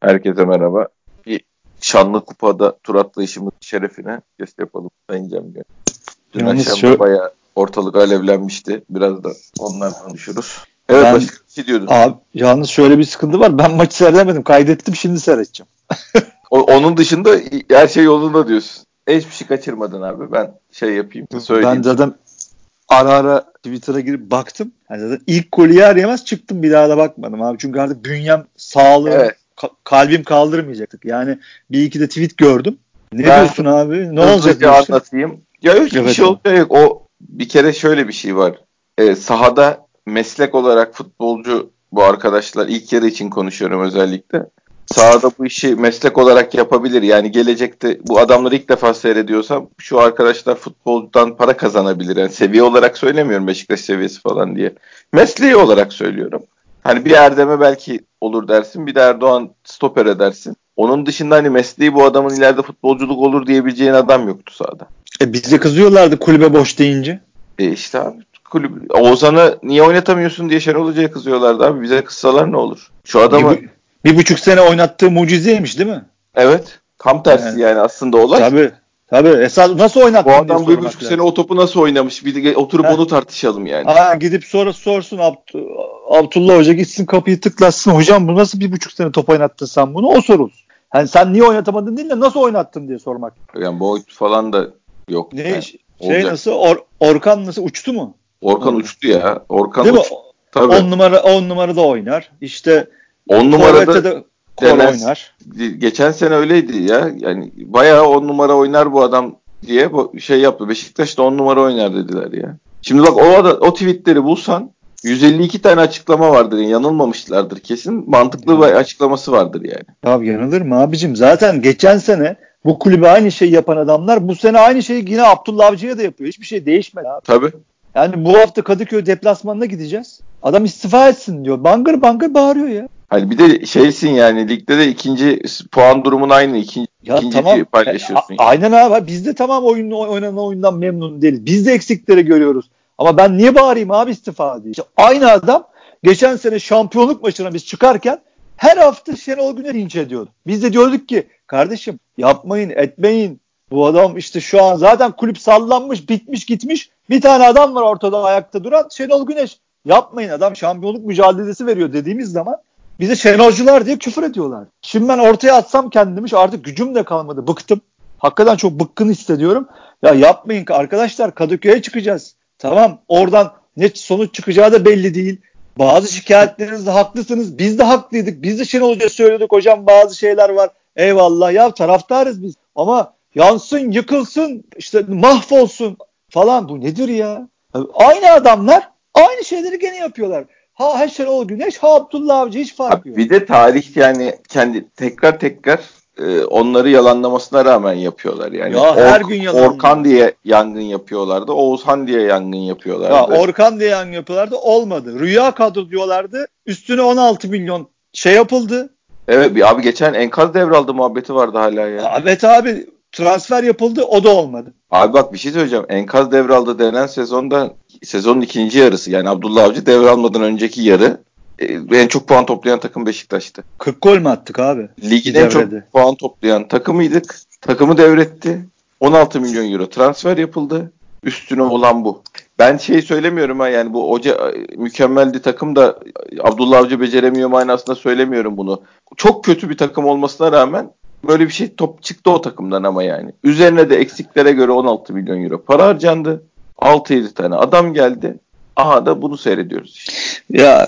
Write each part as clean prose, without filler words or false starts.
Herkese merhaba. Bir şanlı kupada tur atlayışımız şerefine test yapalım Sayın Cem'le. Dün akşam da bayağı ortalık alevlenmişti. Biraz da ondan konuşuruz. Evet, başka bir şey diyordun. Abi, yalnız şöyle bir sıkıntı var. Ben maçı seyredemedim. Kaydettim, şimdi seyredeceğim. Onun dışında her şey yolunda diyorsun. Hiçbir şey kaçırmadın abi. Ben yapayım, söyleyeyim. Ben zaten ara ara Twitter'a girip baktım. Yani zaten ilk golü yer yemez çıktım, bir daha da bakmadım abi. Çünkü artık bünyem, sağlığım, Evet. kalbim kaldırmayacaktık. Yani bir iki de tweet gördüm. Ne diyorsun abi? Ne olacak bu işte? Anlatayım. Ya hiçbir şey olacak yok. O bir kere şöyle bir şey var. Sahada meslek olarak futbolcu bu arkadaşlar, ilk yarı için konuşuyorum özellikle. Sahada bu işi meslek olarak yapabilir. Yani gelecekte bu adamları ilk defa seyrediyorsam şu arkadaşlar futboldan para kazanabilir. Yani seviye olarak söylemiyorum, Beşiktaş seviyesi falan diye. Mesleği olarak söylüyorum. Hani bir Erdem'e belki olur dersin, bir de Erdoğan stoper edersin. Onun dışında hani mesleği bu adamın ileride futbolculuk olur diyebileceğin adam yoktu sahada. Bize kızıyorlardı kulübe boş deyince. İşte abi, Oğuzhan'ı niye oynatamıyorsun diye Şenol Hoca'ya kızıyorlardı abi. Bize kızsalar ne olur? Şu adamı... Bir buçuk sene oynattığı mucizeymiş değil mi? Evet. Tam tersi yani aslında olay. Tabii. Esas nasıl oynattın diye sormak. Bu adam bir buçuk sene o topu nasıl oynamış? Bir de oturup onu tartışalım yani. Gidip sonra sorsun Abdullah Hoca, gitsin kapıyı tıklatsın. Hocam bu nasıl bir buçuk sene top oynattın sen bunu? O sorulsun. Hani sen niye oynatamadın değil de nasıl oynattın diye sormak. Yani boyut falan da yok. Ne yani, nasıl Orkan nasıl uçtu mu? Orkan uçtu ya. Orkan değil uçtu. Mi? Tabii. 10 numarada oynar. İşte 10 numarada da oynar. Geçen sene öyleydi ya. Yani bayağı 10 numara oynar bu adam diye yaptı. Beşiktaş'ta 10 numara oynar dediler ya. Şimdi bak o tweetleri bulsan 152 tane açıklama vardır. Yani yanılmamışlardır kesin. Mantıklı bir açıklaması vardır yani. Ya yanılır mı abicim? Zaten geçen sene bu kulübe aynı şeyi yapan adamlar bu sene aynı şeyi yine Abdullah Avcı'ya da yapıyor. Hiçbir şey değişmedi abi. Tabii. Yani bu hafta Kadıköy deplasmanına gideceğiz. Adam istifa etsin diyor. Bangır bangır bağırıyor ya. Hani bir de yani ligde de ikinci puan durumun aynı. İkinci tamam. Paylaşıyorsun. Aynen abi. Biz de tamam oynanan oyundan memnun değiliz. Biz de eksikleri görüyoruz. Ama ben niye bağırayım abi istifa diye. İşte aynı adam geçen sene şampiyonluk maçına biz çıkarken her hafta Şenol Güneş'i linç ediyordu. Biz de diyorduk ki kardeşim yapmayın, etmeyin. Bu adam işte şu an zaten kulüp sallanmış, bitmiş, gitmiş. Bir tane adam var ortada ayakta duran, Şenol Güneş. Yapmayın, adam şampiyonluk mücadelesi veriyor dediğimiz zaman bize Şenolcular diye küfür ediyorlar. Şimdi ben ortaya atsam kendimi, artık gücüm de kalmadı. Bıktım. Hakikaten çok bıkkın hissediyorum. Ya yapmayın arkadaşlar, Kadıköy'e çıkacağız. Tamam, oradan ne sonuç çıkacağı da belli değil. Bazı şikayetlerinizde haklısınız. Biz de haklıydık. Biz de Şenol Hoca'ya söylüyorduk, hocam bazı şeyler var. Eyvallah ya, taraftarız biz. Ama yansın, yıkılsın, işte mahvolsun falan, bu nedir ya? Aynı adamlar aynı şeyleri gene yapıyorlar. Ha Şenol Güneş, ha Abdullah Avcı, hiç fark yok. Bir de tarih yani kendi tekrar onları yalanlamasına rağmen yapıyorlar yani. Ya her gün yalanlıyor. Orkan diye yangın yapıyorlardı. Oğuzhan diye yangın yapıyorlardı. Ya Orkan diye yangın yapıyorlardı, olmadı. Rüya kadro diyorlardı. Üstüne 16 milyon yapıldı. Evet abi, geçen enkaz devraldı muhabbeti vardı hala ya. Evet abi, transfer yapıldı, o da olmadı. Abi bak bir şey söyleyeceğim. Enkaz devraldı denen sezonun ikinci yarısı, yani Abdullah Avcı devralmadan önceki yarı en çok puan toplayan takım Beşiktaş'tı. 40 gol mü attık abi? Ligin en çok puan toplayan takımıydık. Takımı devretti. 16 milyon euro transfer yapıldı. Üstüne olan bu. Ben söylemiyorum yani bu hoca mükemmeldi, takım da Abdullah Avcı beceremiyor manasında söylemiyorum bunu. Çok kötü bir takım olmasına rağmen böyle bir şey top çıktı o takımdan ama yani. Üzerine de eksiklere göre 16 milyon euro para harcandı. 6-7 tane adam geldi. Aha da bunu seyrediyoruz işte. Ya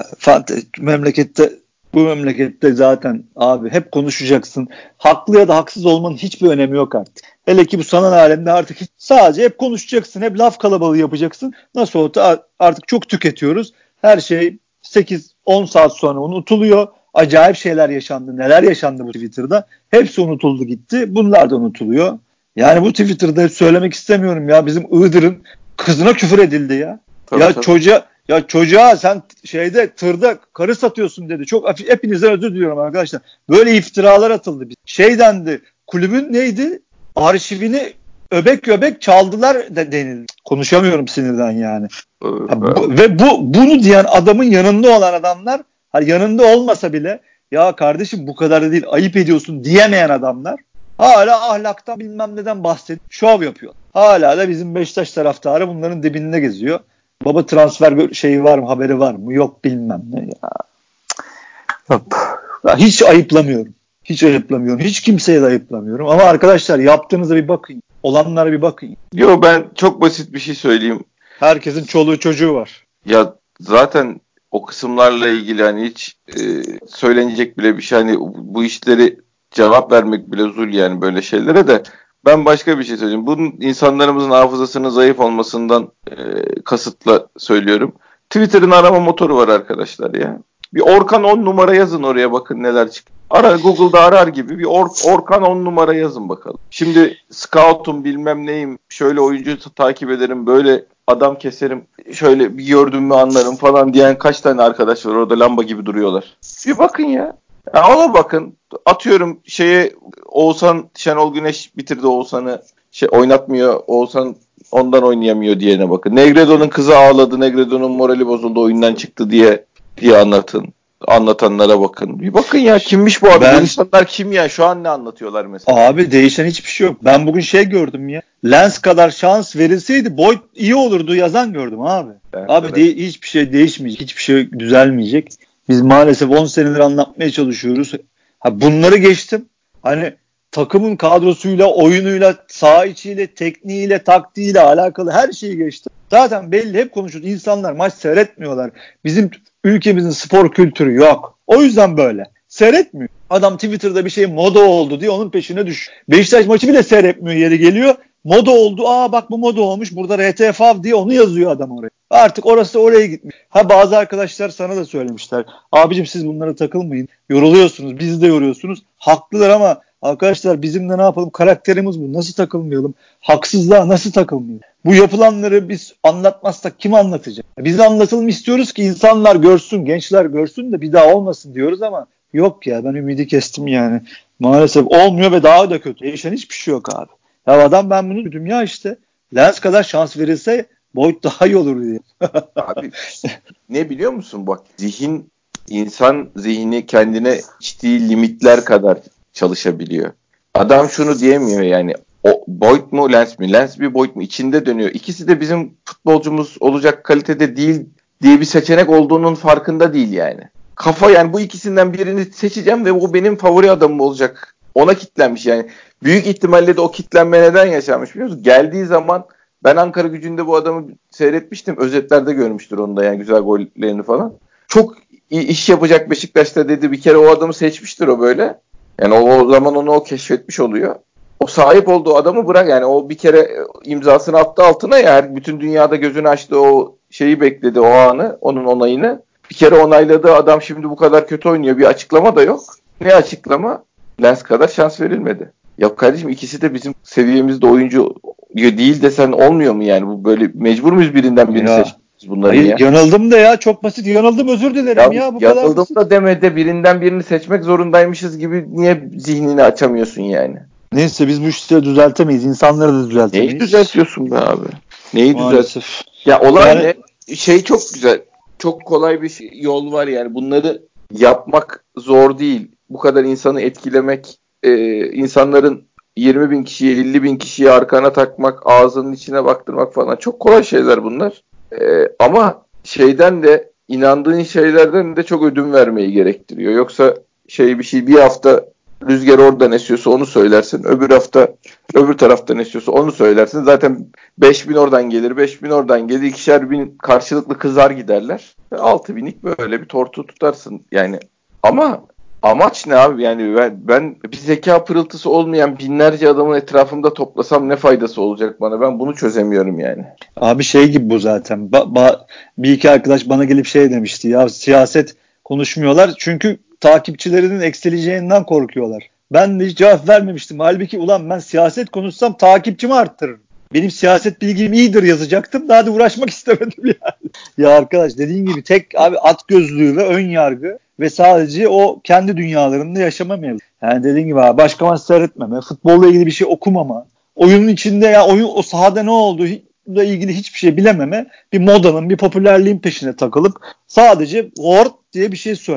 bu memlekette zaten abi hep konuşacaksın. Haklı ya da haksız olmanın hiçbir önemi yok artık. Hele ki bu sanal alemde artık sadece hep konuşacaksın. Hep laf kalabalığı yapacaksın. Nasıl oldu? Artık çok tüketiyoruz. Her şey 8-10 saat sonra unutuluyor. Acayip şeyler yaşandı. Neler yaşandı bu Twitter'da? Hepsi unutuldu gitti. Bunlar da unutuluyor. Yani bu Twitter'da söylemek istemiyorum ya. Bizim Iğdır'ın kızına küfür edildi ya. Tabii. Çocuğa sen tırda karı satıyorsun dedi. Çok hepinizden özür diliyorum arkadaşlar. Böyle iftiralar atıldı. Dendi. Kulübün arşivini öbek çaldılar denildi. Konuşamıyorum sinirden yani. Ve bunu diyen adamın yanında olan adamlar, yanında olmasa bile Ya kardeşim bu kadar da değil, ayıp ediyorsun diyemeyen adamlar hala ahlaktan bilmem neden bahsedip şov yapıyor. Hala da bizim Beşiktaş taraftarı bunların dibinde geziyor. Baba transfer şeyi var mı, haberi var mı? Yok bilmem ne ya. Ya hiç ayıplamıyorum. Hiç ayıplamıyorum. Hiç kimseye de ayıplamıyorum. Ama arkadaşlar yaptığınıza bir bakın. Olanlara bir bakın. Yo, ben çok basit bir şey söyleyeyim. Herkesin çoluğu çocuğu var. Ya zaten o kısımlarla ilgili hani hiç söylenecek bile bir şey, hani bu işleri cevap vermek bile zul yani böyle şeylere de. Ben başka bir şey söyleyeyim. Bunun insanlarımızın hafızasının zayıf olmasından kasıtla söylüyorum. Twitter'ın arama motoru var arkadaşlar ya. Bir Orkan 10 numara yazın, oraya bakın neler çıkıyor. Google'da arar gibi bir Orkan 10 numara yazın bakalım. Şimdi scout'um bilmem neyim, şöyle oyuncu takip ederim, böyle adam keserim, şöyle bir gördüm mü anlarım falan diyen kaç tane arkadaş var orada, lamba gibi duruyorlar. Bir bakın ya. Ya ona bakın. Atıyorum Oğuzhan, Şenol Güneş bitirdi Oğuzhan'ı, oynatmıyor. Oğuzhan ondan oynayamıyor diyene bakın. Negredo'nun kızı ağladı, Negredo'nun morali bozuldu, oyundan çıktı diye anlatın. Anlatanlara bakın. Bir bakın ya, kimmiş bu adam? Bu insanlar kim ya? Şu an ne anlatıyorlar mesela? Abi değişen hiçbir şey yok. Ben bugün gördüm ya. Lens kadar şans verilseydi Boyd iyi olurdu yazan gördüm abi. Evet, abi evet. Hiçbir şey değişmeyecek. Hiçbir şey düzelmeyecek. Biz maalesef 10 senedir anlatmaya çalışıyoruz. Bunları geçtim. Hani takımın kadrosuyla, oyunuyla, saha içiyle, tekniğiyle, taktiğiyle alakalı her şeyi geçtim. Zaten belli, hep konuşuyoruz. İnsanlar maç seyretmiyorlar. Bizim ülkemizin spor kültürü yok. O yüzden böyle. Seyretmiyor. Adam Twitter'da bir şey moda oldu diye onun peşine düş. Beşiktaş maçı bile seyretmiyor, yeri geliyor. Moda oldu. Bak bu moda olmuş. Burada RTFAV diye onu yazıyor adam oraya. Artık orası oraya gitmiş. Bazı arkadaşlar sana da söylemişler. Abicim siz bunlara takılmayın. Yoruluyorsunuz. Bizi de yoruyorsunuz. Haklılar ama arkadaşlar bizim de ne yapalım? Karakterimiz bu. Nasıl takılmayalım? Haksızlığa nasıl takılmayalım? Bu yapılanları biz anlatmazsak kim anlatacak? Biz anlatalım istiyoruz ki insanlar görsün, gençler görsün de bir daha olmasın diyoruz ama yok ya, ben ümidi kestim yani. Maalesef olmuyor ve daha da kötü. Değişen hiçbir şey yok abi. Ya adam, ben bunu duydum ya işte. Lens kadar şans verilse Boyd daha iyi olur diye. Abi ne biliyor musun? Bak, insan zihni kendine içtiği limitler kadar çalışabiliyor. Adam şunu diyemiyor yani. O Boyd mu Lens mi? Lens bir Boyd mu? İçinde dönüyor. İkisi de bizim futbolcumuz olacak kalitede değil diye bir seçenek olduğunun farkında değil yani. Kafa yani, bu ikisinden birini seçeceğim ve o benim favori adamım olacak. Ona kitlenmiş yani. Büyük ihtimalle de o kitlenme neden yaşanmış biliyor musun? Geldiği zaman ben Ankara Gücü'nde bu adamı seyretmiştim. Özetlerde görmüştür onu da yani, güzel gollerini falan. Çok iyi iş yapacak Beşiktaş'ta dedi. Bir kere o adamı seçmiştir o böyle. Yani o zaman onu keşfetmiş oluyor. O sahip olduğu adamı bırak yani, o bir kere imzasını attı altına ya, bütün dünyada gözünü açtı, o şeyi bekledi, o anı, onun onayını. Bir kere onayladığı adam şimdi bu kadar kötü oynuyor, bir açıklama da yok. Ne açıklama? Lens kadar şans verilmedi. Ya kardeşim, ikisi de bizim seviyemizde oyuncu değil desen olmuyor mu yani? Bu böyle mecbur muyuz birinden birini seçmemiz bunları ya? Yanıldım da ya, çok basit yanıldım, özür dilerim ya bu kadar yanıldım da demede birinden birini seçmek zorundaymışız gibi niye zihnini açamıyorsun yani? Neyse, biz bu işleri düzeltemeyiz. İnsanları da düzeltemeyiz. Neyi düzeltiyorsun be abi? Neyi düzeltiyorsun? Ya olay yani, ne? Çok güzel. Çok kolay bir yol var yani. Bunları yapmak zor değil. Bu kadar insanı etkilemek, insanların 20 bin kişiye, 50 bin kişiye arkana takmak, ağzının içine baktırmak falan çok kolay şeyler bunlar. Ama inandığın şeylerden de çok ödün vermeyi gerektiriyor. Yoksa bir hafta rüzgar oradan esiyorsa onu söylersin. Öbür hafta öbür taraftan esiyorsa onu söylersin. Zaten 5.000 oradan gelir, 5.000 oradan gelir. 2.000 karşılıklı kızar giderler. 6.000'lik böyle bir tortu tutarsın. Yani ama amaç ne abi? Yani ben bir zeka pırıltısı olmayan binlerce adamın etrafımda toplasam ne faydası olacak bana? Ben bunu çözemiyorum yani. Abi gibi bu zaten. Bir iki arkadaş bana gelip demişti. Ya siyaset konuşmuyorlar çünkü takipçilerinin eksileceğinden korkuyorlar. Ben de hiç cevap vermemiştim. Halbuki ulan ben siyaset konuşsam takipçimi arttırırım. Benim siyaset bilgim iyidir yazacaktım. Daha da uğraşmak istemedim yani. Ya arkadaş, dediğin gibi tek abi at gözlüğü ve ön yargı ve sadece o kendi dünyalarında yaşama mevzu. Yani dediğin gibi abi, başka maç seyretmeme, futbolla ilgili bir şey okumama, oyunun içinde o sahada ne olduğu ile ilgili hiçbir şey bilememe, bir modanın, bir popülerliğin peşine takılıp sadece Word diye bir şey söyleme.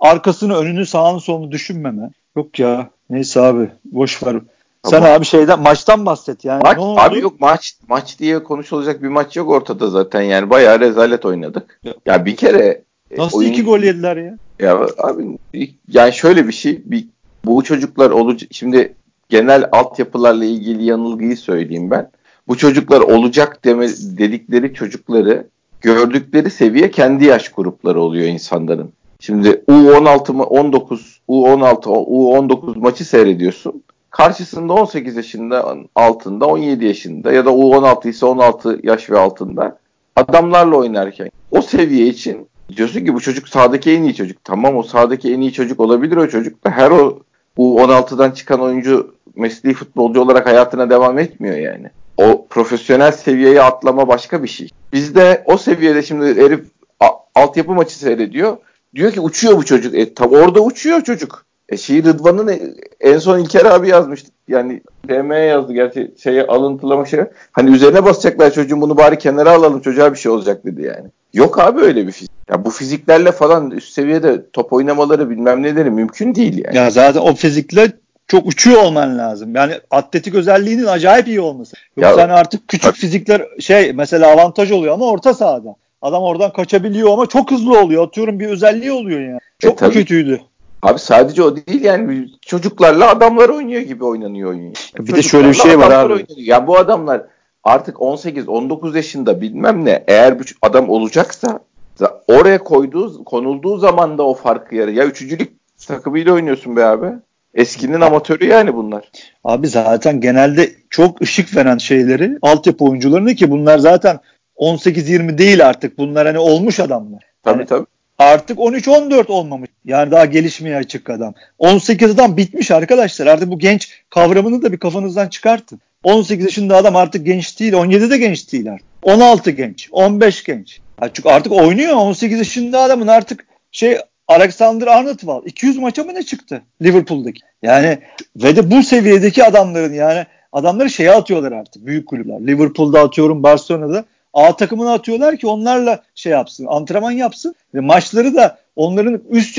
arkasını, önünü, sağını, solunu düşünmeme. Yok ya. Neyse abi. Boş ver. Sen Tamam. abi maçtan bahset yani. Maç, Ne oldu? abi yok maç diye konuşulacak bir maç yok ortada zaten yani bayağı rezalet oynadık. Ya bir kere Nasıl 2 gol yediler ya? Ya abi yani şöyle bir şey bu çocuklar olacak şimdi genel altyapılarla ilgili yanılgıyı söyleyeyim ben. Bu çocuklar olacak dedikleri çocukları gördükleri seviye kendi yaş grupları oluyor insanların. Şimdi U16 mı 19 U16 U19 maçı seyrediyorsun. Karşısında 18 yaşında altında 17 yaşında ya da U16 ise 16 yaş ve altında adamlarla oynarken o seviye için diyorsun ki bu çocuk sahadaki en iyi çocuk. Tamam o sahadaki en iyi çocuk olabilir o çocuk da her o U16'dan çıkan oyuncu mesleği futbolcu olarak hayatına devam etmiyor yani. O profesyonel seviyeye atlama başka bir şey. Bizde o seviyede şimdi herif altyapı maçı seyrediyor. Diyor ki uçuyor bu çocuk. Tam orada uçuyor çocuk. Rıdvan'ın en son İlker abi yazmıştı. Yani PM'ye yazdı gerçi alıntılama Hani üzerine basacaklar çocuğun bunu bari kenara alalım çocuğa bir şey olacak dedi yani. Yok abi öyle bir fizik. Ya bu fiziklerle falan üst seviyede top oynamaları bilmem neleri mümkün değil yani. Ya zaten o fizikle çok uçuyor olman lazım. Yani atletik özelliğinin acayip iyi olması. Yoksa hani artık küçük fizikler mesela avantaj oluyor ama orta sahada. Adam oradan kaçabiliyor ama çok hızlı oluyor. Atıyorum bir özelliği oluyor yani. Çok mu kötüydü? Abi sadece o değil yani çocuklarla adamlar oynuyor gibi oynanıyor oyun. Bir de şöyle bir şey var abi. Oynuyor. Ya bu adamlar artık 18-19 yaşında bilmem ne eğer bir adam olacaksa oraya konulduğu zaman da o farkı yarar. Ya üçüncülük takımıyla oynuyorsun be abi. Eskinin amatörü yani bunlar. Abi zaten genelde çok ışık veren şeyleri altyapı oyuncularını ki bunlar zaten 18-20 değil artık. Bunlar hani olmuş adamlar. Tabii. Artık 13-14 olmamış. Yani daha gelişmeye açık adam. 18'den bitmiş arkadaşlar. Artık bu genç kavramını da bir kafanızdan çıkartın. 18 yaşında adam artık genç değil. 17 de genç değil artık. 16 genç. 15 genç. Çünkü artık oynuyor. 18 yaşında adamın artık Alexander-Arnold var. 200 maça mı ne çıktı Liverpool'daki? Yani ve de bu seviyedeki adamların yani adamları atıyorlar artık büyük kulüpler. Liverpool'da atıyorum, Barcelona'da A takımına atıyorlar ki onlarla yapsın, antrenman yapsın ve maçları da onların üst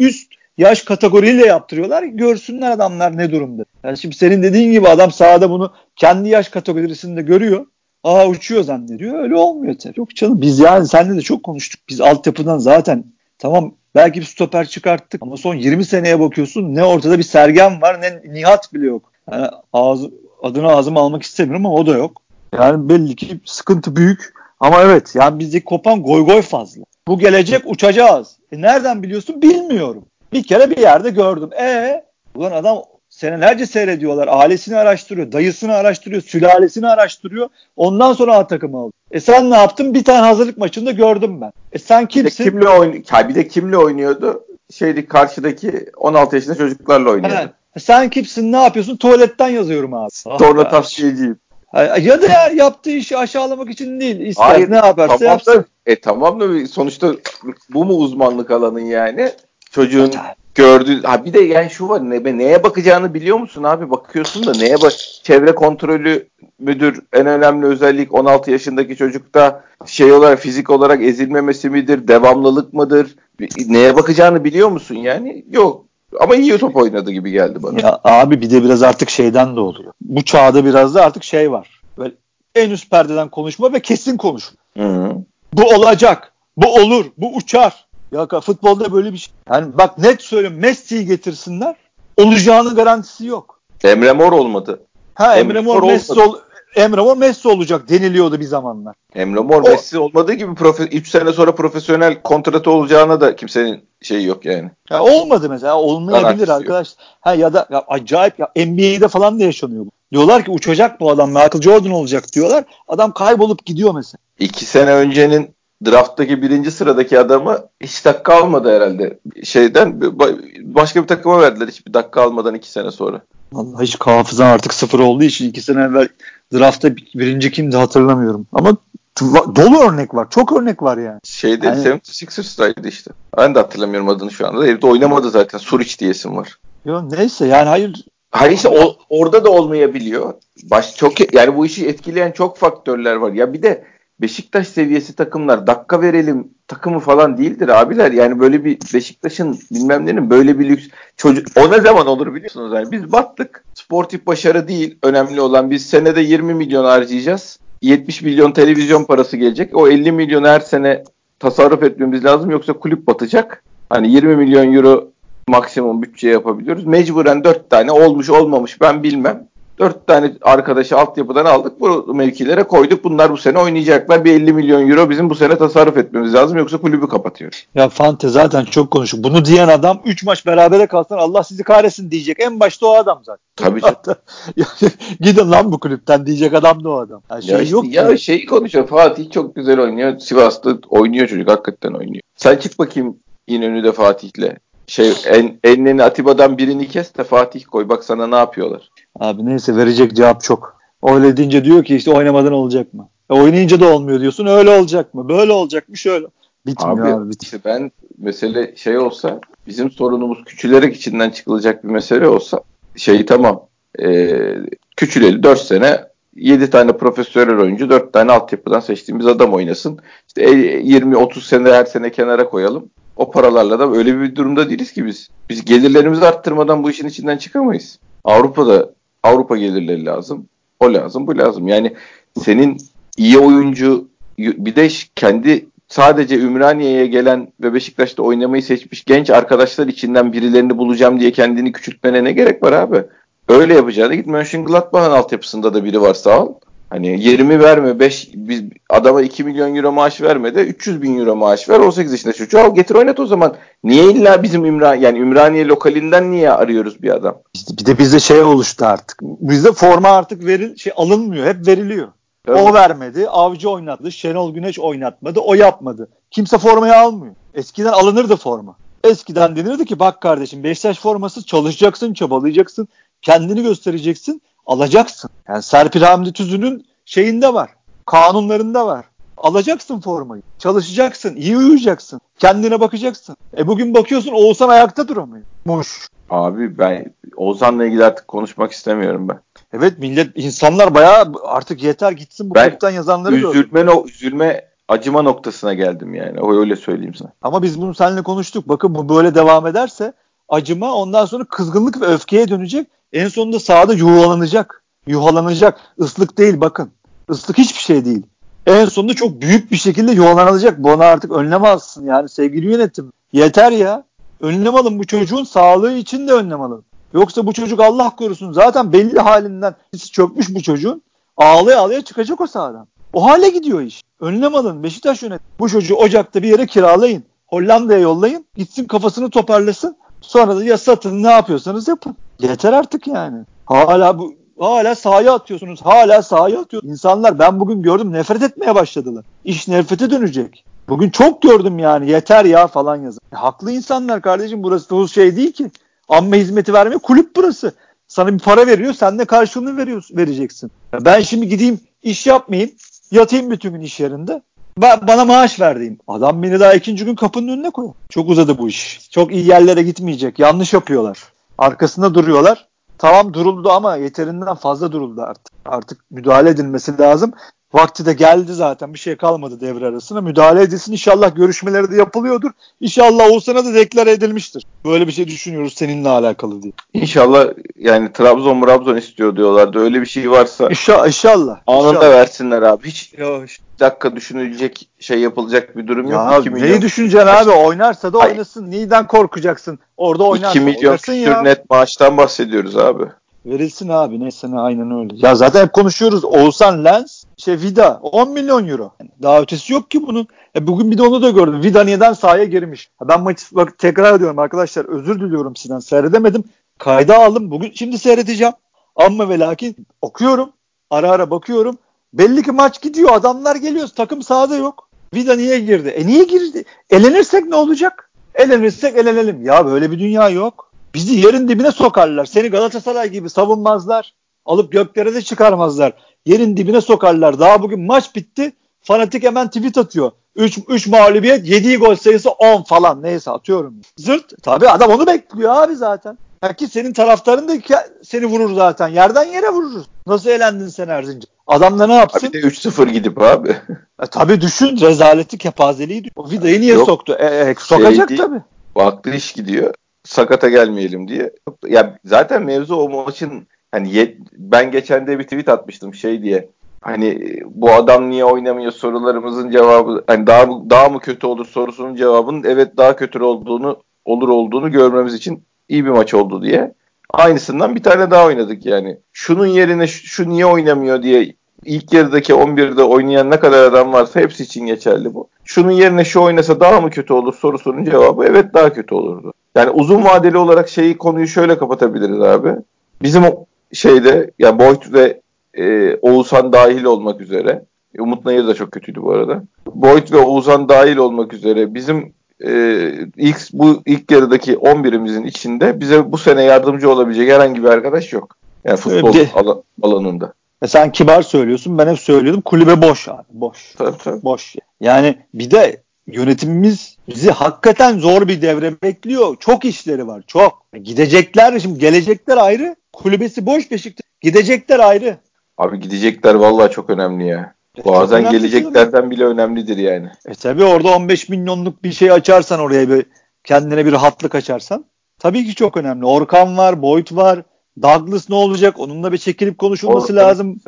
yaş kategoriyle yaptırıyorlar ki görsünler adamlar ne durumda. Yani şimdi senin dediğin gibi adam sahada bunu kendi yaş kategorisinde görüyor. Uçuyor zannediyor. Öyle olmuyor tabii. Yok canım biz yani seninle de çok konuştuk. Biz altyapıdan zaten tamam belki bir stoper çıkarttık ama son 20 seneye bakıyorsun ne ortada bir Sergen var ne Nihat bile yok. Yani adını ağzıma almak istemiyorum ama o da yok. Yani belli ki sıkıntı büyük. Ama evet yani bizdeki kopan goy fazla. Bu gelecek uçacağız. Nereden biliyorsun bilmiyorum. Bir kere bir yerde gördüm. Ulan adam senelerce seyrediyorlar. Ailesini araştırıyor, dayısını araştırıyor, sülalesini araştırıyor. Ondan sonra A takımı aldı. Sen ne yaptın? Bir tane hazırlık maçında gördüm ben. Sen kimsin? Bir de kimle oynuyordu? Karşıdaki 16 yaşında çocuklarla oynuyordu. Sen kimsin? Ne yapıyorsun? Tuvaletten yazıyorum abi. Sonra tavsiyeciyim. Ya da yaptığı işi aşağılamak için değil. İster ne yaparsa tamam yapsın. Tamam da sonuçta bu mu uzmanlık alanın yani? Çocuğun gördüğü bir de yani şu var neye bakacağını biliyor musun abi? Bakıyorsun da çevre kontrolü müdür en önemli özellik 16 yaşındaki çocukta olarak fizik olarak ezilmemesi midir? Devamlılık mıdır? Neye bakacağını biliyor musun yani? Yok. Ama iyi top oynadı gibi geldi bana. Ya abi bir de biraz artık şeyden de oluyor. Bu çağda biraz da artık var. Böyle en üst perdeden konuşma ve kesin konuşma. Hı. Bu olacak. Bu olur. Bu uçar. Ya futbolda böyle bir şey. Yani bak net söylüyorum Messi'yi getirsinler. Olacağının garantisi yok. Emre Mor olmadı. Emre Mor Messi olacak deniliyordu bir zamanlar. Emre Mor Messi olmadığı gibi 3 sene sonra profesyonel kontratı olacağına da kimsenin yok yani. Ya olmadı mesela. Olmayabilir arkadaş. Ya da acayip NBA'de falan da yaşanıyor bu. Diyorlar ki uçacak bu adam. Michael Jordan olacak diyorlar. Adam kaybolup gidiyor mesela. 2 sene öncenin drafttaki 1. sıradaki adamı hiç dakika almadı herhalde. Başka bir takıma verdiler hiçbir dakika almadan 2 sene sonra. Vallahi hiç hafızam artık sıfır olduğu için 2 sene evvel draftta 1. kimdi hatırlamıyorum. Ama dolu örnek var. Çok örnek var yani. 76ers'taydı işte. Ben de hatırlamıyorum adını şu anda. Herif de oynamadı zaten. Suric diyesim var. Neyse yani Hayır işte orada da olmayabiliyor. Yani bu işi etkileyen çok faktörler var. Ya bir de Beşiktaş seviyesi takımlar dakika verelim takımı falan değildir abiler. Yani böyle bir Beşiktaş'ın bilmem nenin böyle bir lüks çocuk o ne zaman olur biliyorsunuz yani. Biz battık. Sportif başarı değil önemli olan. Biz senede 20 milyon harcayacağız. 70 milyon televizyon parası gelecek. O 50 milyon her sene tasarruf etmemiz lazım yoksa kulüp batacak. Hani 20 milyon euro maksimum bütçe yapabiliyoruz. Mecburen 4 tane olmuş olmamış ben bilmem. 4 tane arkadaşı altyapıdan aldık. Bu mevkilere koyduk. Bunlar bu sene oynayacaklar. Bir 50 milyon euro bizim bu sene tasarruf etmemiz lazım. Yoksa kulübü kapatıyoruz. Ya Fante zaten çok konuşuyor. Bunu diyen adam 3 maç berabere kalsan Allah sizi kahretsin diyecek. En başta o adam zaten. Tabii canım. Gidin lan bu kulüpten diyecek adam da o adam. Yani ya işte, yok ya ki. şeyi konuşuyor. Fatih çok güzel oynuyor. Sivas'ta oynuyor çocuk. Hakikaten oynuyor. Sen çık bakayım İnönü'de Fatih'le. Enne'ni Atiba'dan birini kes de Fatih koy. Bak sana ne yapıyorlar. Abi neyse verecek cevap çok. Öyle deyince diyor ki işte oynamadan olacak mı? Oynayınca da olmuyor diyorsun. Öyle olacak mı? Böyle olacak mı? Şöyle. Bitmiyor abi. İşte ben mesele şey olsa bizim sorunumuz küçülerek içinden çıkılacak bir mesele olsa tamam küçüleli 4 sene 7 tane profesyonel oyuncu 4 tane altyapıdan seçtiğimiz adam oynasın. İşte 20-30 sene her sene kenara koyalım. O paralarla da öyle bir durumda değiliz ki biz. Biz gelirlerimizi arttırmadan bu işin içinden çıkamayız. Avrupa gelirleri lazım. O lazım, bu lazım. Yani senin iyi oyuncu bir de kendi sadece Ümraniye'ye gelen ve Beşiktaş'ta oynamayı seçmiş genç arkadaşlar içinden birilerini bulacağım diye kendini küçültmene ne gerek var abi? Öyle yapacağını git Mönchengladbach'ın altyapısında da biri varsa al. Hani 20 verme, biz adama 2 milyon euro maaş verme de 300 bin euro maaş ver. 18 yaşında çocuğu al getir oynat o zaman. Niye illa bizim Ümraniye lokalinden niye arıyoruz bir adam? İşte bir de bizde oluştu artık. Bizde forma artık alınmıyor. Hep veriliyor. Evet. O vermedi. Avcı oynadı. Şenol Güneş oynatmadı. O yapmadı. Kimse formayı almıyor. Eskiden alınırdı forma. Eskiden denirdi ki bak kardeşim Beşiktaş forması çalışacaksın, çabalayacaksın, kendini göstereceksin, alacaksın. Yani Serpil Hamdi Tüzün'ün şeyinde var. Kanunlarında var. Alacaksın formayı. Çalışacaksın, iyi uyuyacaksın. Kendine bakacaksın. Bugün bakıyorsun Oğuzhan ayakta duramıyor. Abi ben Oğuzhan'la ilgili artık konuşmak istemiyorum ben. Evet insanlar bayağı artık yeter gitsin bu kulüpten yazanları gördüm. Üzülme acıma noktasına geldim yani. Öyle söyleyeyim sana. Ama biz bunu seninle konuştuk. Bakın bu böyle devam ederse acıma ondan sonra kızgınlık ve öfkeye dönecek. En sonunda sahada yuhalanacak. Islık değil bakın. Islık hiçbir şey değil. En sonunda çok büyük bir şekilde yuhalanacak. Buna artık önlem alsın yani sevgili yönetim. Yeter ya. Önlem alın bu çocuğun sağlığı için de önlem alın. Yoksa bu çocuk Allah korusun zaten belli halinden çökmüş bu çocuğun. Ağlaya ağlaya çıkacak o sahadan. O hale gidiyor iş. Önlem alın Beşiktaş yönetim. Bu çocuğu Ocak'ta bir yere kiralayın. Hollanda'ya yollayın. Gitsin kafasını toparlasın. Sonra da ya satın ne yapıyorsanız yapın. Yeter artık yani. Hala sahaya atıyorsunuz. Hala sahaya atıyor. İnsanlar ben bugün gördüm nefret etmeye başladılar. İş nefrete dönecek. Bugün çok gördüm yani yeter ya falan yazın. Haklı insanlar kardeşim burası da şey değil ki. Amme hizmeti vermiyor. Kulüp burası. Sana bir para veriyor. Sen de karşılığını vereceksin. Ben şimdi gideyim iş yapmayayım. Yatayım bütün gün iş yerinde. Bana maaş ver diyeyim. Adam beni daha 2. gün kapının önüne koyuyor. Çok uzadı bu iş. Çok iyi yerlere gitmeyecek. Yanlış yapıyorlar. Arkasında duruyorlar. Tamam duruldu ama yeterinden fazla duruldu artık. Artık müdahale edilmesi lazım. Vakti de geldi zaten. Bir şey kalmadı devre arasına. Müdahale edilsin. İnşallah görüşmeleri de yapılıyordur. İnşallah Oğuzhan'a da deklare edilmiştir. Böyle bir şey düşünüyoruz seninle alakalı diye. İnşallah yani Trabzon istiyor diyorlardı. Öyle bir şey varsa İnşallah. Anında versinler abi. Hiç dakika düşünülecek yapılacak bir durum yok. Ya neyi düşüneceksin abi? Oynarsa da oynasın. Neyden korkacaksın? Orada oynarsa 2 milyon küsür net maaştan bahsediyoruz abi. Verilsin abi. Neyse aynen öyle. Ya zaten hep konuşuyoruz. Oğuzhan Lens, Vida 10 milyon euro. Yani daha ötesi yok ki bunun. Bugün bir de onu da gördüm. Vida neden sahaya girmiş? Ben maçı tekrar ediyorum arkadaşlar. Özür diliyorum sizden. Seyredemedim. Kayda aldım. Şimdi seyredeceğim. Amma ve lakin okuyorum. Ara ara bakıyorum. Belli ki maç gidiyor. Adamlar geliyor. Takım sahada yok. Vida niye girdi? Niye girdi? Elenirsek ne olacak? Elenirsek elenelim. Ya böyle bir dünya yok. Bizi yerin dibine sokarlar. Seni Galatasaray gibi savunmazlar. Alıp göklere de çıkarmazlar. Yerin dibine sokarlar. Daha bugün maç bitti. Fanatik hemen tweet atıyor. 3 mağlubiyet, 7 gol sayısı 10 falan. Neyse atıyorum. Zırt. Tabii adam onu bekliyor abi zaten. Ki senin taraftarın da seni vurur zaten. Yerden yere vururuz. Nasıl elendin sen Erzincan? Adam da ne yapsın? Bir de 3-0 gidip abi. Tabii düşün, rezaleti, kepazeliği düşün. O vidayı niye soktu? Sokacak tabii. Baktı iş gidiyor. Sakata gelmeyelim diye. Ya zaten mevzu o maçın hani ben geçen de bir tweet atmıştım diye. Hani bu adam niye oynamıyor sorularımızın cevabı hani daha mı kötü olur sorusunun cevabının evet daha kötü olduğunu görmemiz için iyi bir maç oldu diye. Aynısından bir tane daha oynadık yani. Şunun yerine şu niye oynamıyor diye ilk yarıdaki 11'de oynayan ne kadar adam varsa hepsi için geçerli bu. Şunun yerine şu oynasa daha mı kötü olur sorusunun cevabı evet daha kötü olurdu. Yani uzun vadeli olarak konuyu şöyle kapatabiliriz abi. Bizim yani Boyd ve Oğuzhan dahil olmak üzere. Umut Nayır da çok kötüydü bu arada. Boyd ve Oğuzhan dahil olmak üzere bizim ilk yarıdaki 11'imizin içinde bize bu sene yardımcı olabilecek herhangi bir arkadaş yok. Yani futbol alanında. Sen kibar söylüyorsun. Ben hep söylüyordum. Kulübe boş abi. Boş. Tabii. Boş. Yani bir de yönetimimiz bizi hakikaten zor bir devre bekliyor. Çok işleri var. Çok. Gidecekler. Şimdi gelecekler ayrı. Kulübesi boş Beşiktaş. Gidecekler ayrı. Abi gidecekler vallahi çok önemli ya. Bazen geleceklerden bile önemlidir yani. Tabii orada 15 milyonluk bir şey açarsan oraya kendine bir rahatlık açarsan tabii ki çok önemli. Orkan var, Boyd var. Douglas ne olacak? Onunla bir çekilip konuşulması lazım.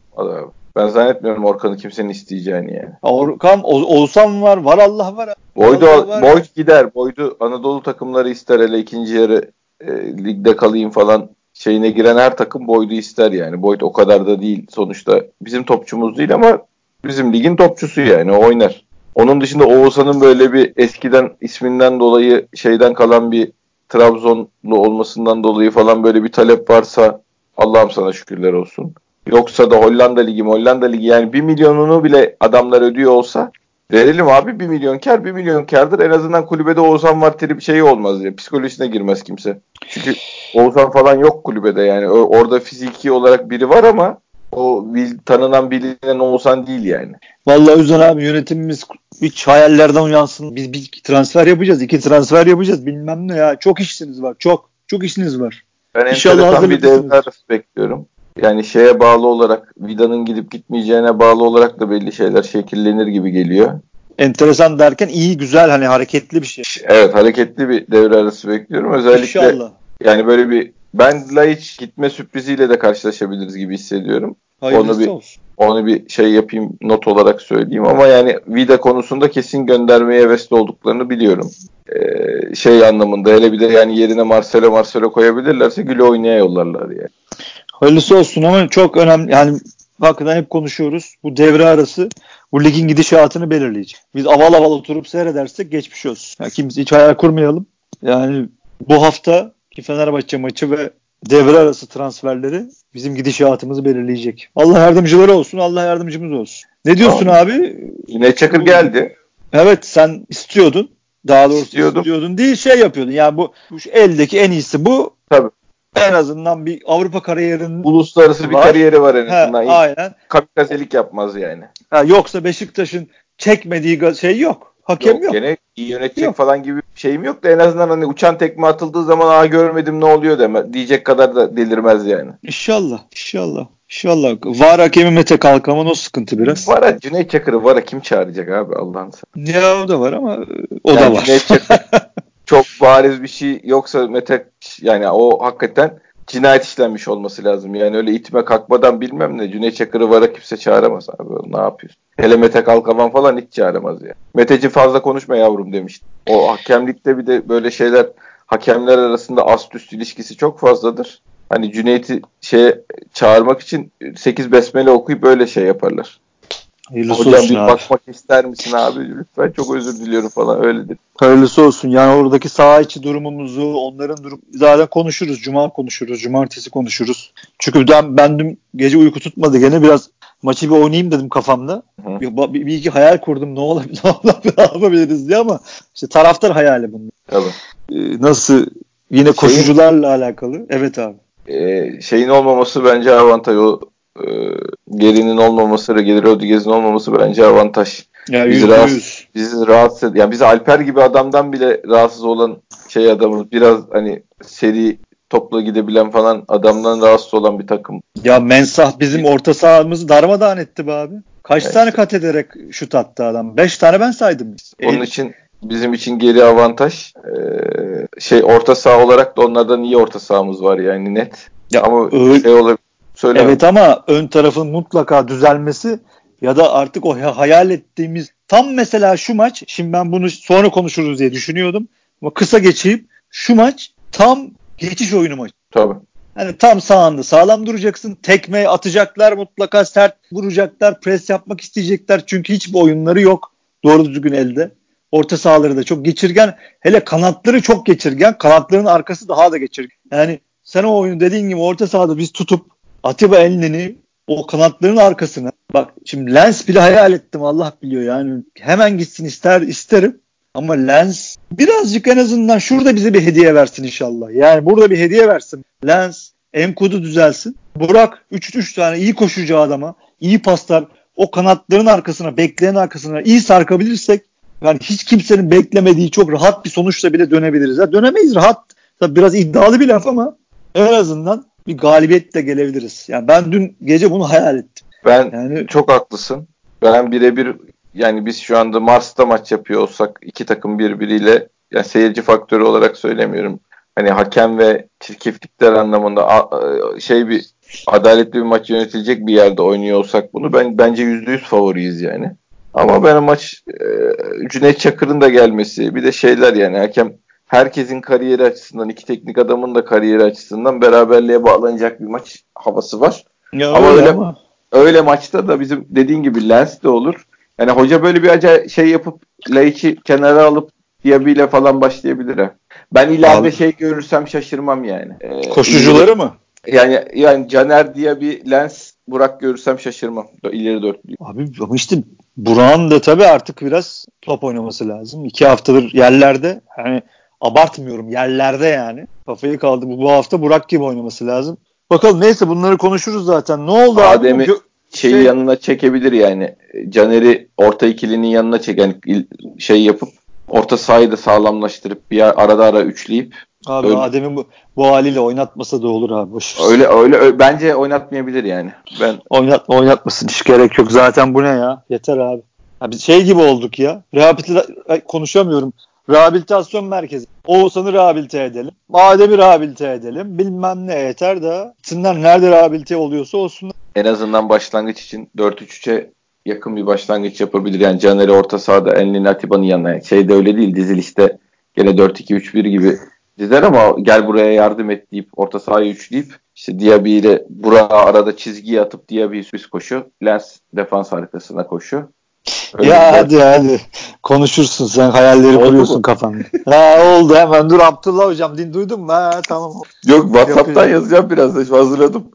Ben zannetmiyorum Orkan'ı kimsenin isteyeceğini yani. Orkan, Oğuzhan var. Var Allah var. Boyd gider. Boyd'u Anadolu takımları ister hele ikinci yarı ligde kalayım falan şeyine giren her takım Boyd'u ister yani. Boyd o kadar da değil sonuçta. Bizim topçumuz değil ama bizim ligin topçusu yani oynar. Onun dışında Oğuzhan'ın böyle bir eskiden isminden dolayı kalan bir Trabzonlu olmasından dolayı falan böyle bir talep varsa Allah'ım sana şükürler olsun. Yoksa da Hollanda Ligi yani 1 milyonunu bile adamlar ödüyor olsa verelim abi 1 milyon kar 1 milyon kardır. En azından kulübede Oğuzhan var olmaz ya. Psikolojisine girmez kimse. Çünkü Oğuzhan falan yok kulübede yani. Orada fiziki olarak biri var ama o tanınan bilinen Oğuzhan değil yani. Vallahi Özcan abi yönetimimiz hiç hayallerden uyansın. Biz bir transfer yapacağız. 2 transfer yapacağız. Bilmem ne ya. Çok işiniz var. Çok işiniz var. Ben enteresan bir devre arası bekliyorum. Yani bağlı olarak Vida'nın gidip gitmeyeceğine bağlı olarak da belli şeyler şekillenir gibi geliyor. Enteresan derken iyi, güzel, hani hareketli bir şey. Evet, hareketli bir devre arası bekliyorum. Özellikle İnşallah. Yani böyle ben Laiç gitme sürpriziyle de karşılaşabiliriz gibi hissediyorum. Onu bir yapayım, not olarak söyleyeyim ama yani Vida konusunda kesin göndermeye hevesli olduklarını biliyorum. Anlamında hele bir de yani yerine Marcelo koyabilirlerse güle oynaya yollarlar yani. Hayırlısı olsun ama çok önemli yani hakikaten hep konuşuyoruz. Bu devre arası bu ligin gidişatını belirleyecek. Biz aval oturup seyredersek geçmiş olsun. Yani kimse hiç hayal kurmayalım. Yani bu haftaki Fenerbahçe maçı ve devre arası transferleri bizim gidişatımızı belirleyecek. Allah yardımcıları olsun, Allah yardımcımız olsun. Ne diyorsun abi? Cüneyt Çakır geldi. Evet, sen istiyordun. Daha doğrusu istiyordun değil yapıyordun. Yani bu eldeki en iyisi bu. Tabii. En azından bir Avrupa kariyerinin uluslararası bir kariyeri var en azından. Aynen. Kamikazelik yapmaz yani. Yoksa Beşiktaş'ın çekmediği yok. Hakem yok. Gene iyi yönetecek falan gibi bir şeyim yok da en azından hani uçan tekme atıldığı zaman görmedim ne oluyor diyecek kadar da delirmez yani. İnşallah. VAR hakemi Mete Kalkaman o sıkıntı biraz. Cüneyt Çakır'ı kim çağıracak abi Allah'ın sen. Ya o da var ama o da var. Cüneyt Çakır çok bariz bir şey yoksa Mete yani o hakikaten cinayet işlenmiş olması lazım. Yani öyle itme kalkmadan bilmem ne. Cüneyt Çakır'ı VAR'a kimse çağıramaz abi. Ne yapıyorsun? Hele Mete Kalkavan falan hiç çağıramaz ya. Meteci fazla konuşma yavrum demişti. O hakemlikte bir de böyle şeyler hakemler arasında ast üst ilişkisi çok fazladır. Hani Cüneyt'i çağırmak için 8 besmele okuyup öyle yaparlar. Hayırlısı hocam olsun bir bakmak ister misin abi? Lütfen çok özür diliyorum falan öyledir. Hayırlısı olsun. Yani oradaki saha içi durumumuzu, onların zaten konuşuruz. Cuma konuşuruz. Cumartesi konuşuruz. Çünkü ben dün gece uyku tutmadı gene biraz maçı bir oynayayım dedim kafamda. Bir iki hayal kurdum ne yapabiliriz diye ama işte taraftar hayali bunlar. Tabii. Nasıl yine koşucularla alakalı. Evet abi. Şeyin olmaması bence avantaj. O Geri'nin olmaması, Geri Rodriguez'in olmaması bence avantaj. Ya bizi rahatsız ed- yani bizi Alper gibi adamdan bile rahatsız olan adamı biraz hani seri topla gidebilen falan adamdan rahatsız olan bir takım. Ya Mensah bizim orta sahamızı darmadağın etti be abi. Kaç tane kat ederek şut attı adam? 5 tane ben saydım. Onun için bizim için geri avantaj orta saha olarak da onlardan iyi orta sahamız var yani net. Ya ama olabilir. Evet ama ön tarafın mutlaka düzelmesi ya da artık o hayal ettiğimiz tam mesela şu maç, şimdi ben bunu sonra konuşuruz diye düşünüyordum ama kısa geçeyim, şu maç tam geçiş oyunu maçı. Tabii. Yani tam sahanda sağlam duracaksın. Tekme atacaklar, mutlaka sert vuracaklar, pres yapmak isteyecekler. Çünkü hiçbir oyunları yok doğru düzgün elde. Orta sahaları da çok geçirgen. Hele kanatları çok geçirgen. Kanatların arkası daha da geçirgen. Yani sen o oyunu dediğin gibi orta sahada biz tutup Atiba Elneni o kanatların arkasına, bak şimdi Lens bile hayal ettim, Allah biliyor yani. Hemen gitsin isterim. Ama Lens birazcık en azından şurada bize bir hediye versin inşallah. Yani burada bir hediye versin. Lens, Enkudu düzelsin. Burak 3 tane iyi koşucu adama, iyi paslar, o kanatların arkasına, bekleyen arkasına iyi sarkabilirsek yani hiç kimsenin beklemediği çok rahat bir sonuçla bile dönebiliriz. Ya dönemeyiz rahat. Tabii biraz iddialı bir laf ama en azından bir galibiyetle gelebiliriz. Yani ben dün gece bunu hayal ettim. Ben çok haklısın. Ben birebir, yani biz şu anda Mars'ta maç yapıyor olsak iki takım birbiriyle, yani seyirci faktörü olarak söylemiyorum. Hani hakem ve çirkeflikler anlamında bir adaletli bir maç yönetilecek bir yerde oynuyor olsak bunu bence %100 favoriyiz yani. Ama ben maç Cüneyt Çakır'ın da gelmesi, bir de şeyler, yani hakem herkesin kariyeri açısından, iki teknik adamın da kariyeri açısından beraberliğe bağlanacak bir maç havası var. Ya ama öyle maçta da bizim dediğin gibi Lens de olur. Yani hoca böyle bir acayip yapıp Laiç'i kenara alıp Diaby ile falan başlayabilir ha. Ben ileride görürsem şaşırmam yani. Koşucuları mı? Yani Caner, Diaby, Lens, Burak görürsem şaşırmam. İleri dörtlüyü. Abi ama işte Burak'ın da tabii artık biraz top oynaması lazım. 2 haftadır yerlerde. Yani abartmıyorum, yerlerde yani. Kafayı kaldı. Bu hafta Burak gibi oynaması lazım. Bakalım, neyse bunları konuşuruz zaten. Ne oldu Adem'i abi? yanına çekebilir yani. Caner'i orta ikilinin yanına çeken yapıp orta sahayı da sağlamlaştırıp bir arada üçleyip abi Adem'i bu haliyle oynatmasa da olur abi. Öyle bence oynatmayabilir yani. Oynatmasın, hiç gerek yok. Zaten bu ne ya? Yeter abi. Abi gibi olduk ya. Konuşamıyorum. Rehabilitasyon merkezi. Oğuzhan'ı rehabilite edelim. Adem'i rehabilite edelim. Bilmem ne, yeter da. Gitsinler, nerede rehabilite oluyorsa olsunlar. En azından başlangıç için 4-3-3'e yakın bir başlangıç yapabilir. Yani Caner'i orta sahada, Enlin Atiba'nın yanına. Öyle değil, dizilişte gene 4-2-3-1 gibi dizer ama gel buraya yardım et deyip orta sahayı üçleyip işte Diaby ile Burak'ı arada çizgiye atıp Diaby üst koşu, Lens defans arkasına koşu. Hadi konuşursun, sen hayalleri kuruyorsun kafanda. Oldu, hemen dur Abdullah hocam, duydun mu? Tamam. Yok, WhatsApp'tan yazacağım biraz da, hazırladım.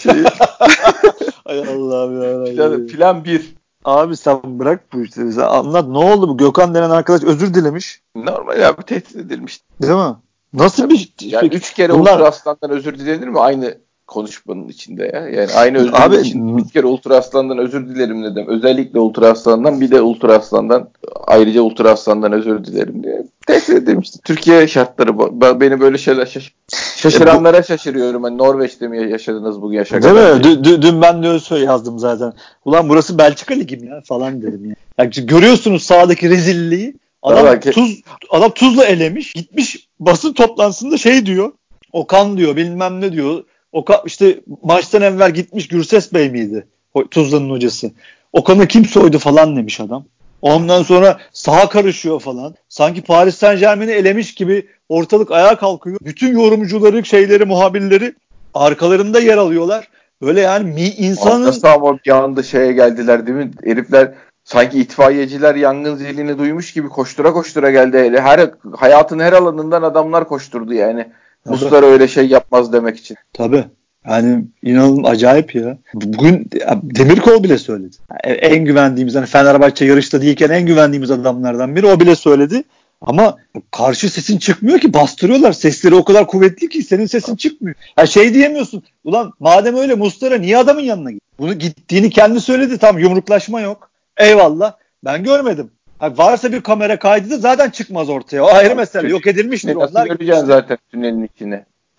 Ay Allah'ım ya. Plan 1. Abi sen bırak bu işleri. Sen anlat, ne oldu bu? Gökhan denen arkadaş özür dilemiş. Normal abi, tehdit edilmiş. Değil mi? Nasıl bir... Yani 3 kere Ultra Aslan'dan özür dilenir mi aynı konuşmanın içinde ya? Yani aynı özür için 3 kere Ultra Aslan'dan özür dilerim dedim. Özellikle Ultra Aslan'dan, bir de Ultra Aslan'dan, ayrıca Ultra Aslan'dan özür dilerim diye tehdit edilmişti. Türkiye şartları beni böyle şeyler şaşıranlara şaşırıyorum. Hani Norveç'te mi yaşadınız bugün Değil mi? Dün ben de öyle yazdım zaten. Ulan burası Belçika Ligi mi ya falan dedim ya. Yani görüyorsunuz sahadaki rezilliği. Adam Tuzla elemiş. Gitmiş basın toplantısında diyor. Okan diyor, bilmem ne diyor. İşte maçtan evvel gitmiş, Gürses Bey miydi? Tuzla'nın hocası. Okan'ı kim soydu falan demiş adam. Ondan sonra saha karışıyor falan. Sanki Paris Saint-Germain'i elemiş gibi ortalık ayağa kalkıyor. Bütün yorumcuları, muhabirleri arkalarında yer alıyorlar. Böyle yani insanın... Nasıl ama bir anda geldiler değil mi? Herifler sanki itfaiyeciler yangın zilini duymuş gibi koştura koştura geldi. Hayatın her alanından adamlar koşturdu yani. Muslera öyle yapmaz demek için. Tabii. Yani inanılmaz acayip ya. Bugün Demirkol bile söyledi. En güvendiğimiz, hani Fenerbahçe yarışta değilken en güvendiğimiz adamlardan biri, o bile söyledi. Ama karşı sesin çıkmıyor ki, bastırıyorlar. Sesleri o kadar kuvvetli ki senin sesin çıkmıyor. Diyemiyorsun. Ulan madem öyle Muslera niye adamın yanına gitti? Bunu gittiğini kendi söyledi. Tam yumruklaşma yok. Eyvallah. Ben görmedim. Varsa bir kamera kaydı da zaten çıkmaz ortaya. O ayrı mesele. Yok edilmiştir onlar. Nasıl göreceksin zaten tünelin içine?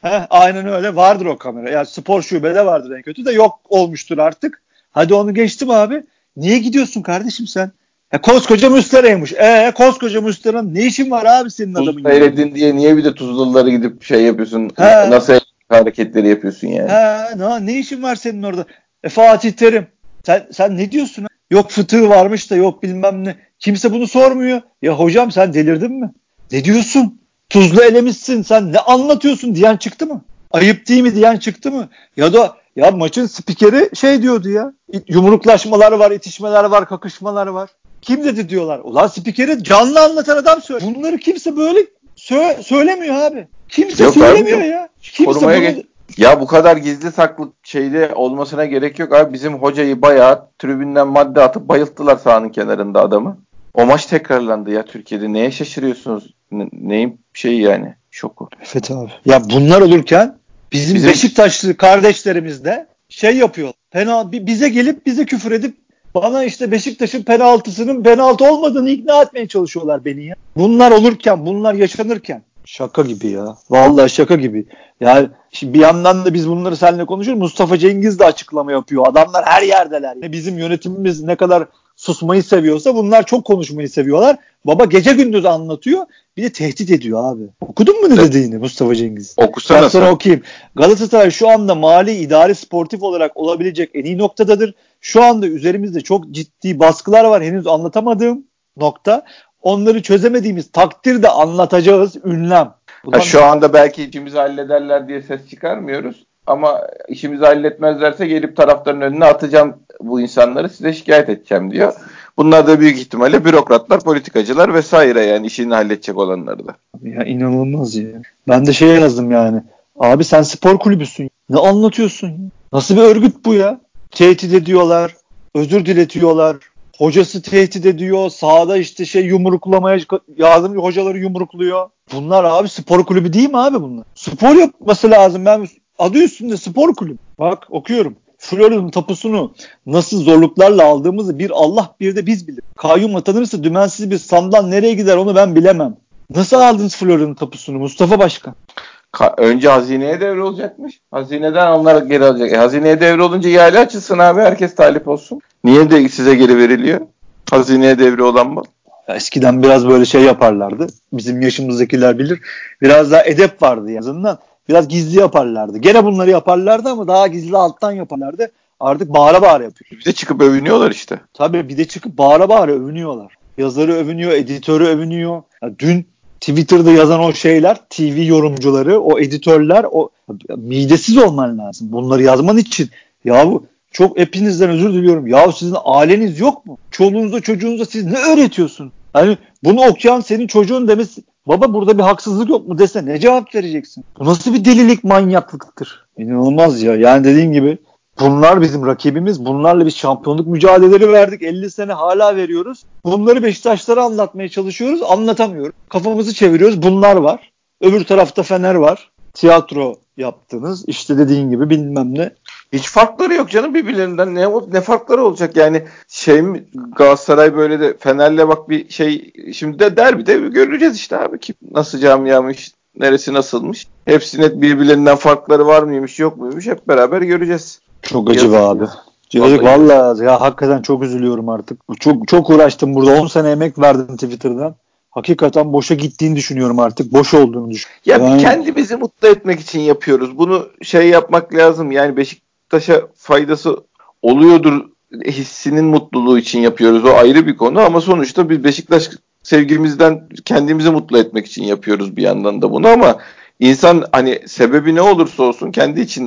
Aynen öyle. Vardır o kamera. Yani spor şubede vardır en kötü de yok olmuştur artık. Hadi onu geçtim abi. Niye gidiyorsun kardeşim sen? Koskoca Müstera'ymış. Koskoca Müstera'nın ne işin var abi senin adamın Tuzla yanında? eledin diye niye bir de Tuzlalıları gidip şey yapıyorsun? He, Nasıl hareketleri yapıyorsun yani? ne işin var senin orada? Fatih Terim. Sen ne diyorsun? Yok fıtığı varmış da yok bilmem ne. Kimse bunu sormuyor. Ya hocam sen delirdin mi? Ne diyorsun? Tuzla elemişsin. Sen ne anlatıyorsun diyen çıktı mı? Ayıp değil mi diyen çıktı mı? Ya da ya maçın spikeri şey diyordu ya. Yumruklaşmalar var, itişmeler var, kakışmalar var. Kim dedi diyorlar. Ulan spikeri canlı anlatan adam söylüyor. Bunları kimse böyle söylemiyor abi. Kimse Yok söylemiyor abi, ya. Kimse korumaya bunu ya bu kadar gizli saklı şeyde olmasına gerek yok abi. Bizim hocayı bayağı tribünden madde atıp bayılttılar sahanın kenarında adamı. O maç tekrarlandı ya Türkiye'de. Neye şaşırıyorsunuz? Neyin şeyi yani? Şoku. Evet abi. Ya bunlar olurken bizim Bizim Beşiktaşlı kardeşlerimiz de şey yapıyor. Bize gelip bize küfür edip bana işte Beşiktaş'ın penaltısının penaltı olmadığını ikna etmeye çalışıyorlar beni ya. Bunlar olurken, bunlar yaşanırken. Şaka gibi ya. Vallahi şaka gibi. Yani şimdi bir yandan da biz bunları seninle konuşuyoruz. Mustafa Cengiz de açıklama yapıyor. Adamlar her yerdeler. Bizim yönetimimiz ne kadar susmayı seviyorsa bunlar çok konuşmayı seviyorlar. Baba gece gündüz anlatıyor. Bir de tehdit ediyor abi. Okudun mu ne dediğini Mustafa Cengiz? okusana Biraz sonra sen. okuyayım. Galatasaray şu anda mali, idari, sportif olarak olabilecek en iyi noktadadır. Şu anda üzerimizde çok ciddi baskılar var. Henüz anlatamadığım nokta. Onları çözemediğimiz takdirde anlatacağız. Ünlem. Şu anda belki işimizi hallederler diye ses çıkarmıyoruz. Ama işimizi halletmezlerse gelip taraftarın önüne atacağım bu insanları, size şikayet edeceğim diyor. Bunlar da büyük ihtimalle bürokratlar, politikacılar vesaire, yani işini halledecek olanları da. Ya inanılmaz ya. Ben de şey yazdım yani. Abi sen spor kulübüsün. Ne anlatıyorsun ya? Nasıl bir örgüt bu ya? Tehdit ediyorlar. Özür diletiyorlar. Hocası tehdit ediyor. Sahada işte yumruklamaya yardımcı hocaları yumrukluyor. Bunlar abi spor kulübü değil mi abi bunlar? Spor yapması lazım. Ben adı üstünde spor kulübü. Bak okuyorum. Florya'nın tapusunu nasıl zorluklarla aldığımızı bir Allah bir de biz bilir. Kayyum atanırsa dümensiz bir sandal nereye gider onu ben bilemem. Nasıl aldınız Florya'nın tapusunu Mustafa Başkan? Önce hazineye devrolacakmış. Hazineden onlar geri alacak. Hazineye devrolunca ihale açılsın abi. Herkes talip olsun. Niye de size geri veriliyor? Hazineye devri olan mı? Eskiden biraz böyle şey yaparlardı. Bizim yaşımızdakiler bilir. Biraz daha edep vardı en azından. Biraz gizli yaparlardı. Gene bunları yaparlardı ama daha gizli alttan yaparlardı. Artık bağıra bağıra yapıyor. Bir de çıkıp övünüyorlar işte. Tabii bir de çıkıp bağıra bağıra övünüyorlar. Yazarı övünüyor, editörü övünüyor. Ya dün Twitter'da yazan o şeyler, TV yorumcuları, o editörler, o midesiz olman lazım. Bunları yazman için. Ya bu çok hepinizden özür diliyorum. Ya sizin aileniz yok mu? Çoluğunuza çocuğunuza siz ne öğretiyorsun? Hani bunu okuyan senin çocuğun demesi baba burada bir haksızlık yok mu dese ne cevap vereceksin? Bu nasıl bir delilik, manyaklıktır? İnanılmaz ya. Yani dediğim gibi bunlar bizim rakibimiz. Bunlarla biz şampiyonluk mücadeleleri verdik. 50 sene hala veriyoruz. Bunları Beşiktaşlara anlatmaya çalışıyoruz. Anlatamıyoruz. Kafamızı çeviriyoruz. Bunlar var. Öbür tarafta Fener var. Tiyatro yaptınız. İşte dediğin gibi bilmem ne. Hiç farkları yok canım birbirlerinden. Ne farkları olacak yani, şey mi Galatasaray böyle de Fener'le bak bir şey, şimdi de derbide göreceğiz işte abi, kim nasıl camiamış, neresi nasılmış. Hepsi net, birbirlerinden farkları var mıymış yok muymuş hep beraber göreceğiz. Çok acı be abi. Yazık vallahi ya, hakikaten çok üzülüyorum artık. Çok uğraştım burada. 10 sene emek verdim Twitter'dan. Hakikaten boşa gittiğini düşünüyorum artık. Boş olduğunu düşünüyorum. Ya Yani kendimizi mutlu etmek için yapıyoruz. Bunu şey yapmak lazım. Yani Beşiktaş'a faydası oluyordur hissinin mutluluğu için yapıyoruz. O ayrı bir konu ama sonuçta biz Beşiktaş sevgimizden kendimizi mutlu etmek için yapıyoruz bir yandan da bunu, ama insan hani sebebi ne olursa olsun kendi için,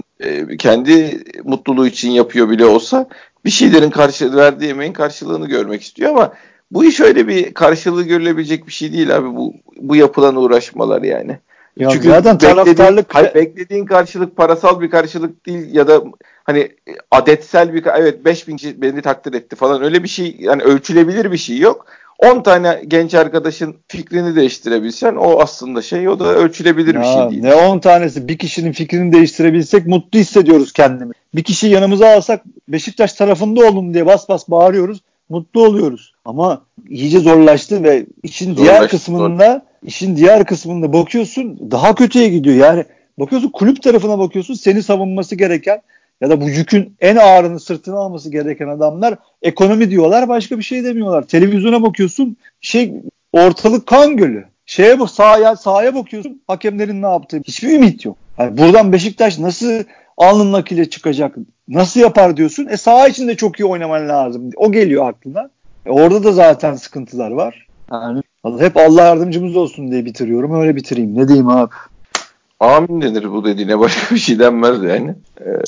kendi mutluluğu için yapıyor bile olsa bir şeylerin verdiği emeğin karşılığını görmek istiyor, ama bu iş öyle bir karşılığı görülebilecek bir şey değil abi, bu yapılan uğraşmalar yani. ya Çünkü zaten beklediğin karşılık parasal bir karşılık değil ya da hani adetsel bir, evet 5.000 kişi beni takdir etti falan, öyle bir şey yani, ölçülebilir bir şey yok. 10 tane genç arkadaşın fikrini değiştirebilsen o aslında o da ölçülebilir bir şey değil. ne 10 tanesi, bir kişinin fikrini değiştirebilsek mutlu hissediyoruz kendimizi. Bir kişiyi yanımıza alsak Beşiktaş tarafında olun diye bas bas bağırıyoruz. Mutlu oluyoruz. Ama iyice zorlaştı ve işin diğer kısmında bakıyorsun daha kötüye gidiyor. Yani Bakıyorsun kulüp tarafına bakıyorsun, seni savunması gereken ya da bu yükün en ağırını sırtına alması gereken adamlar ekonomi diyorlar, başka bir şey demiyorlar. Televizyona bakıyorsun, ortalık kan gölü. Sahaya bakıyorsun, hakemlerin ne yaptığı, hiçbir ümit yok. Yani buradan Beşiktaş nasıl alnının akıyla çıkacak, nasıl yapar diyorsun. Saha içinde çok iyi oynaman lazım. O geliyor aklına. Orada da zaten sıkıntılar var. Yani hep Allah yardımcımız olsun diye bitiriyorum. Öyle bitireyim. Ne diyeyim abi? Amin denir bu dediğine, başka bir şey denmez yani.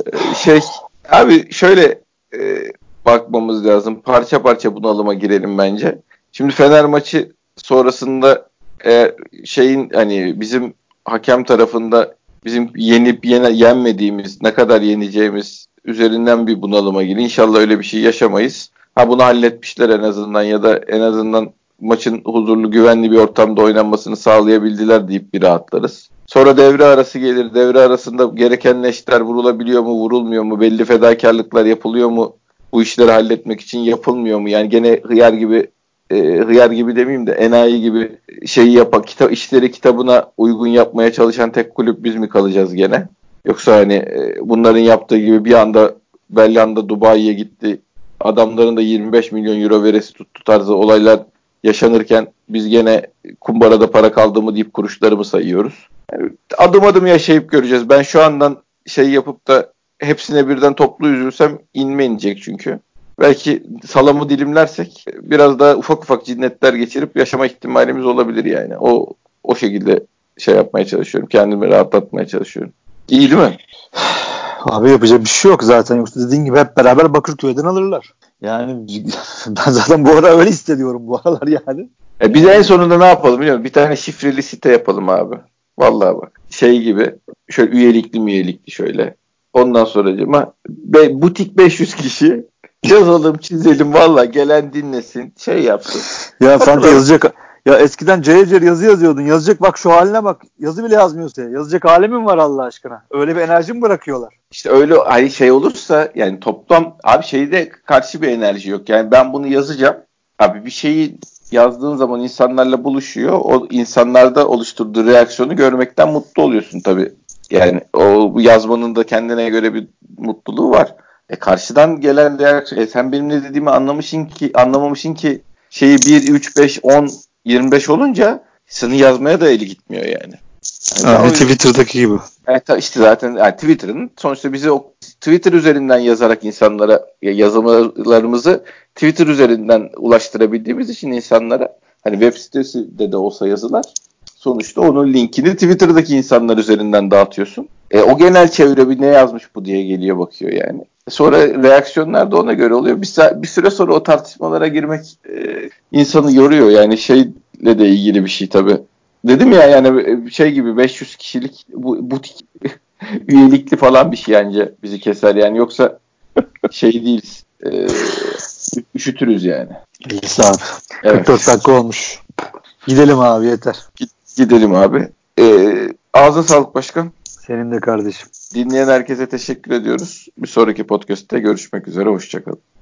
Abi şöyle bakmamız lazım. Parça parça bunalıma girelim bence. Şimdi Fener maçı sonrasında hani bizim hakem tarafında bizim yenip yenmediğimiz, ne kadar yeneceğimiz üzerinden bir bunalıma gir. İnşallah öyle bir şey yaşamayız. Bunu halletmişler en azından, ya da en azından maçın huzurlu, güvenli bir ortamda oynanmasını sağlayabildiler deyip bir rahatlarız. Sonra devre arası gelir. Devre arasında gereken neşter vurulabiliyor mu, vurulmuyor mu? Belli fedakarlıklar yapılıyor mu? Bu işleri halletmek için yapılmıyor mu? Yani gene hıyar gibi demeyeyim de enayi gibi işleri kitabına uygun yapmaya çalışan tek kulüp biz mi kalacağız gene? Yoksa hani bunların yaptığı gibi bir anda Belhanda Dubai'ye gitti, adamların da 25 milyon euro veresi tuttu tarzı olaylar yaşanırken biz gene kumbarada para kaldı mı deyip kuruşlarımı sayıyoruz. Yani adım adım yaşayıp göreceğiz. Ben şu andan yapıp da hepsine birden toplu üzülsem inme inecek çünkü. Belki salamı dilimlersek biraz daha ufak ufak cinnetler geçirip yaşama ihtimalimiz olabilir yani. O şekilde yapmaya çalışıyorum. Kendimi rahatlatmaya çalışıyorum. İyi değil mi? Abi yapacak bir şey yok zaten. Yoksa dediğin gibi hep beraber Bakırköy'den alırlar. Yani ben zaten bu ara öyle hissediyorum bu aralar yani. Biz en sonunda ne yapalım biliyor musun? Bir tane şifreli site yapalım abi. Vallahi bak. Gibi şöyle üyelikli şöyle. Ondan sonra butik 500 kişi yazalım, çizelim, vallahi gelen dinlesin, yapsın. Ya sanki yazacak. Ya eskiden cayır yazı yazıyordun. Yazacak, bak şu haline bak. Yazı bile yazmıyorsa. Yazacak hali mi var Allah aşkına? Öyle bir enerji mi bırakıyorlar? İşte öyle olursa yani toplam abi şeyde karşı bir enerji yok. Yani ben bunu yazacağım. Abi bir şeyi yazdığın zaman insanlarla buluşuyor. O insanlarda oluşturduğu reaksiyonu görmekten mutlu oluyorsun tabii. Yani o yazmanın da kendine göre bir mutluluğu var. Karşıdan gelen reaksiyon, sen benim ne dediğimi anlamamışsın ki 1, 3, 5, 10, 25 olunca senin yazmaya da eli gitmiyor yani. Yani Twitter'daki gibi. Evet, işte zaten yani Twitter'ın sonuçta bizi o Twitter üzerinden yazarak insanlara yazılarımızı Twitter üzerinden ulaştırabildiğimiz için insanlara, hani web sitesi de olsa yazılar, sonuçta onun linkini Twitter'daki insanlar üzerinden dağıtıyorsun. O genel çevre bir ne yazmış bu diye geliyor, bakıyor yani. Sonra reaksiyonlar da ona göre oluyor. Bir süre sonra o tartışmalara girmek insanı yoruyor. Yani şeyle de ilgili bir şey tabii. Dedim ya yani gibi 500 kişilik butik üyelikli falan bir şey bence bizi keser yani, yoksa değiliz. Üşütürüz yani. İyisi abi. Evet. 44 dakika olmuş. Gidelim abi, yeter. Gidelim abi. Ağzına sağlık başkan. Senin de kardeşim. Dinleyen herkese teşekkür ediyoruz. Bir sonraki podcast'te görüşmek üzere. Hoşçakalın.